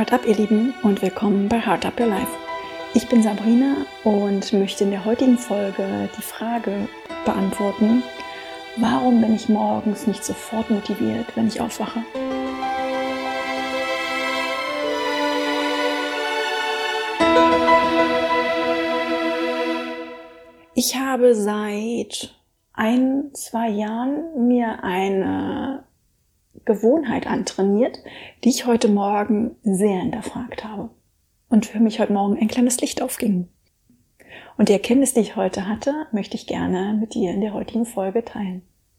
Heart Up, ihr Lieben, und willkommen bei Heart Up Your Life. Ich bin Sabrina und möchte in der heutigen Folge die Frage beantworten: Warum bin ich morgens nicht sofort motiviert, wenn ich aufwache? Ich habe seit 1-2 Jahren mir eine Gewohnheit antrainiert, die ich heute Morgen sehr hinterfragt habe und für mich heute Morgen ein kleines Licht aufging. Und die Erkenntnis, die ich heute hatte, möchte ich gerne mit dir in der heutigen Folge teilen.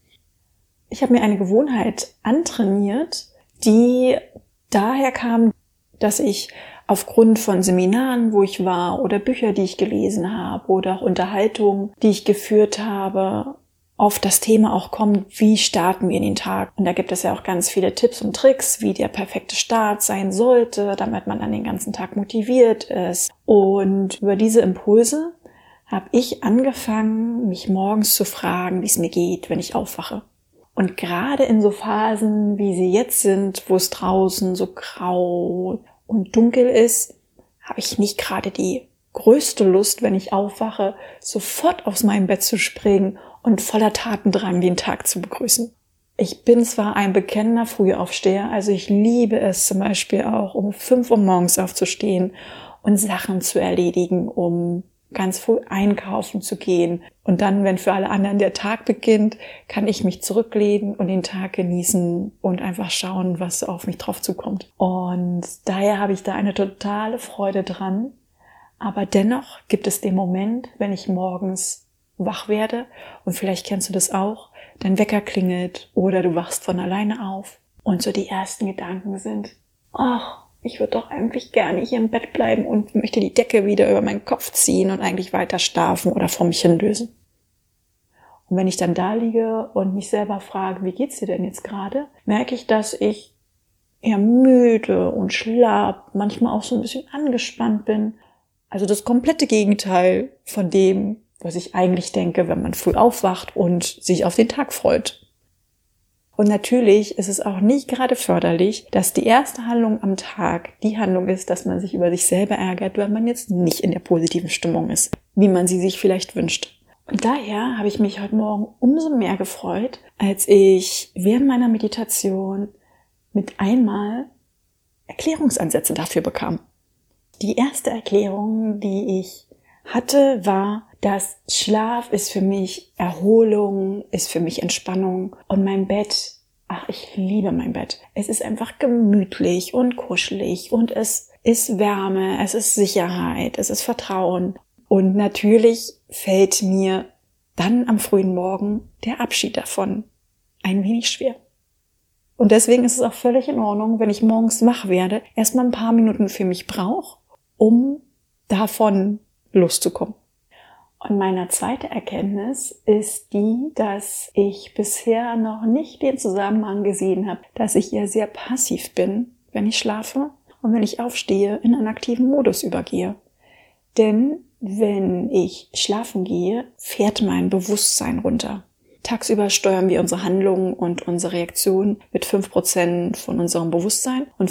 Ich habe mir eine Gewohnheit antrainiert, die daher kam, dass ich aufgrund von Seminaren, wo ich war, oder Bücher, die ich gelesen habe, oder auch Unterhaltungen, die ich geführt habe, auf das Thema auch kommt: Wie starten wir in den Tag? Und da gibt es ja auch ganz viele Tipps und Tricks, wie der perfekte Start sein sollte, damit man dann den ganzen Tag motiviert ist. Und über diese Impulse habe ich angefangen, mich morgens zu fragen, wie es mir geht, wenn ich aufwache. Und gerade in so Phasen, wie sie jetzt sind, wo es draußen so grau und dunkel ist, habe ich nicht gerade die größte Lust, wenn ich aufwache, sofort aus meinem Bett zu springen und voller Tatendrang den Tag zu begrüßen. Ich bin zwar ein bekennender Frühaufsteher, also ich liebe es zum Beispiel auch, um 5 Uhr morgens aufzustehen und Sachen zu erledigen, um ganz früh einkaufen zu gehen. Und dann, wenn für alle anderen der Tag beginnt, kann ich mich zurücklehnen und den Tag genießen und einfach schauen, was auf mich drauf zukommt. Und daher habe ich da eine totale Freude dran. Aber dennoch gibt es den Moment, wenn ich morgens wach werde, und vielleicht kennst du das auch, dein Wecker klingelt oder du wachst von alleine auf und so die ersten Gedanken sind: Ach, ich würde doch eigentlich gerne hier im Bett bleiben und möchte die Decke wieder über meinen Kopf ziehen und eigentlich weiter schlafen oder vor mich hindösen. Und wenn ich dann da liege und mich selber frage, wie geht's dir denn jetzt gerade, merke ich, dass ich eher müde und schlapp, manchmal auch so ein bisschen angespannt bin. Also das komplette Gegenteil von dem, was ich eigentlich denke, wenn man früh aufwacht und sich auf den Tag freut. Und natürlich ist es auch nicht gerade förderlich, dass die erste Handlung am Tag die Handlung ist, dass man sich über sich selber ärgert, weil man jetzt nicht in der positiven Stimmung ist, wie man sie sich vielleicht wünscht. Und daher habe ich mich heute Morgen umso mehr gefreut, als ich während meiner Meditation mit einmal Erklärungsansätze dafür bekam. Die erste Erklärung, die ich hatte, war, dass Schlaf ist für mich Erholung, ist für mich Entspannung, und mein Bett, ich liebe mein Bett. Es ist einfach gemütlich und kuschelig und es ist Wärme, es ist Sicherheit, es ist Vertrauen. Und natürlich fällt mir dann am frühen Morgen der Abschied davon ein wenig schwer. Und deswegen ist es auch völlig in Ordnung, wenn ich morgens wach werde, erstmal ein paar Minuten für mich brauche, um davon loszukommen. Und meine zweite Erkenntnis ist die, dass ich bisher noch nicht den Zusammenhang gesehen habe, dass ich ja sehr passiv bin, wenn ich schlafe, und wenn ich aufstehe, in einen aktiven Modus übergehe. Denn wenn ich schlafen gehe, fährt mein Bewusstsein runter. Tagsüber steuern wir unsere Handlungen und unsere Reaktionen mit 5% von unserem Bewusstsein und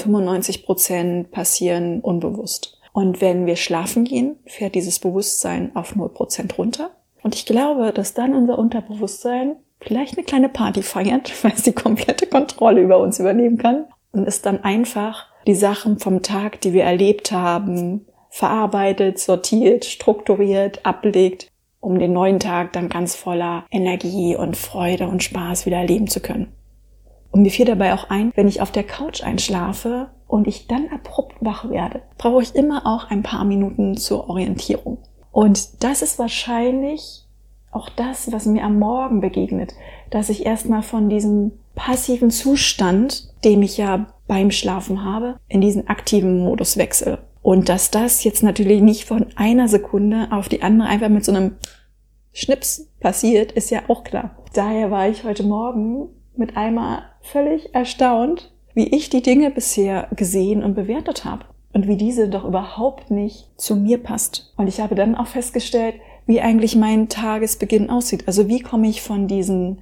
95% passieren unbewusst. Und wenn wir schlafen gehen, fährt dieses Bewusstsein auf 0% runter. Und ich glaube, dass dann unser Unterbewusstsein vielleicht eine kleine Party feiert, weil es die komplette Kontrolle über uns übernehmen kann. Und es dann einfach die Sachen vom Tag, die wir erlebt haben, verarbeitet, sortiert, strukturiert, ablegt, um den neuen Tag dann ganz voller Energie und Freude und Spaß wieder erleben zu können. Und mir fiel dabei auch ein, wenn ich auf der Couch einschlafe und ich dann abrupt wach werde, brauche ich immer auch ein paar Minuten zur Orientierung. Und das ist wahrscheinlich auch das, was mir am Morgen begegnet, dass ich erstmal von diesem passiven Zustand, den ich ja beim Schlafen habe, in diesen aktiven Modus wechsle. Und dass das jetzt natürlich nicht von einer Sekunde auf die andere einfach mit so einem Schnips passiert, ist ja auch klar. Daher war ich heute Morgen mit einmal völlig erstaunt, wie ich die Dinge bisher gesehen und bewertet habe und wie diese doch überhaupt nicht zu mir passt. Und ich habe dann auch festgestellt, wie eigentlich mein Tagesbeginn aussieht. Also wie komme ich von diesen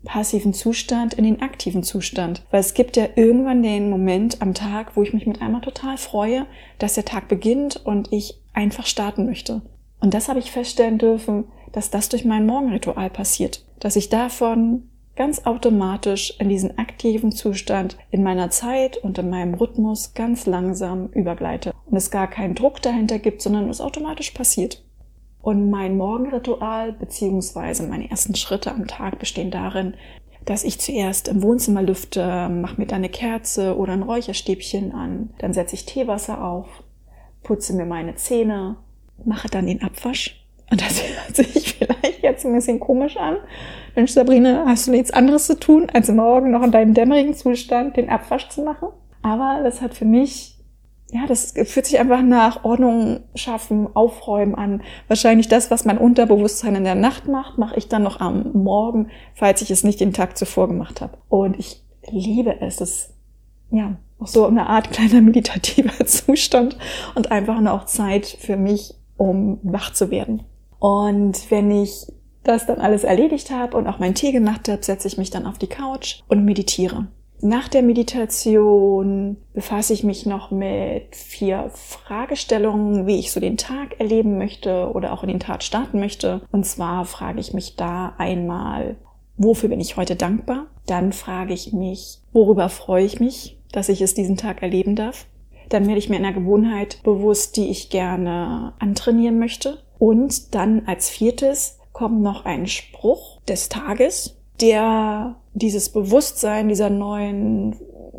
passiven Zustand in den aktiven Zustand. Weil es gibt ja irgendwann den Moment am Tag, wo ich mich mit einmal total freue, dass der Tag beginnt und ich einfach starten möchte. Und das habe ich feststellen dürfen, dass das durch mein Morgenritual passiert. Dass ich davon ganz automatisch in diesen aktiven Zustand in meiner Zeit und in meinem Rhythmus ganz langsam übergleite. Und es gar keinen Druck dahinter gibt, sondern es automatisch passiert. Und mein Morgenritual bzw. meine ersten Schritte am Tag bestehen darin, dass ich zuerst im Wohnzimmer lüfte, mache mir dann eine Kerze oder ein Räucherstäbchen an, dann setze ich Teewasser auf, putze mir meine Zähne, mache dann den Abwasch. Und das hört sich vielleicht jetzt ein bisschen komisch an. Mensch, Sabrina, hast du nichts anderes zu tun, als morgen noch in deinem dämmerigen Zustand den Abwasch zu machen? Aber das hat für mich, das fühlt sich einfach nach Ordnung schaffen, Aufräumen an. Wahrscheinlich das, was mein Unterbewusstsein in der Nacht macht, mache ich dann noch am Morgen, falls ich es nicht den Tag zuvor gemacht habe. Und ich liebe es. Es ist auch so eine Art kleiner meditativer Zustand und einfach auch Zeit für mich, um wach zu werden. Und wenn ich das dann alles erledigt habe und auch meinen Tee gemacht habe, setze ich mich dann auf die Couch und meditiere. Nach der Meditation befasse ich mich noch mit 4 Fragestellungen, wie ich so den Tag erleben möchte oder auch in den Tag starten möchte. Und zwar frage ich mich da einmal, wofür bin ich heute dankbar? Dann frage ich mich, worüber freue ich mich, dass ich es diesen Tag erleben darf? Dann werde ich mir einer Gewohnheit bewusst, die ich gerne antrainieren möchte. Und dann als 4. kommt noch ein Spruch des Tages, der dieses Bewusstsein dieser neuen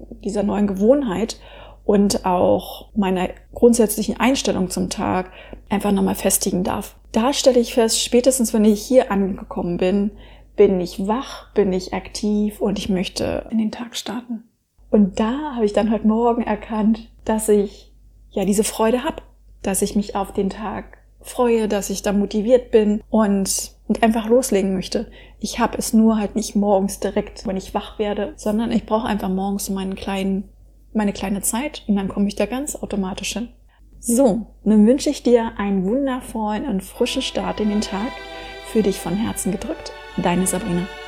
Gewohnheit und auch meiner grundsätzlichen Einstellung zum Tag einfach nochmal festigen darf. Da stelle ich fest, spätestens wenn ich hier angekommen bin, bin ich wach, bin ich aktiv und ich möchte in den Tag starten. Und da habe ich dann heute Morgen erkannt, dass ich diese Freude habe, dass ich mich auf den Tag freue, dass ich da motiviert bin und einfach loslegen möchte. Ich habe es nur halt nicht morgens direkt, wenn ich wach werde, sondern ich brauche einfach morgens so meine kleine Zeit und dann komme ich da ganz automatisch hin. So, nun wünsche ich dir einen wundervollen und frischen Start in den Tag. Für dich von Herzen gedrückt, deine Sabrina.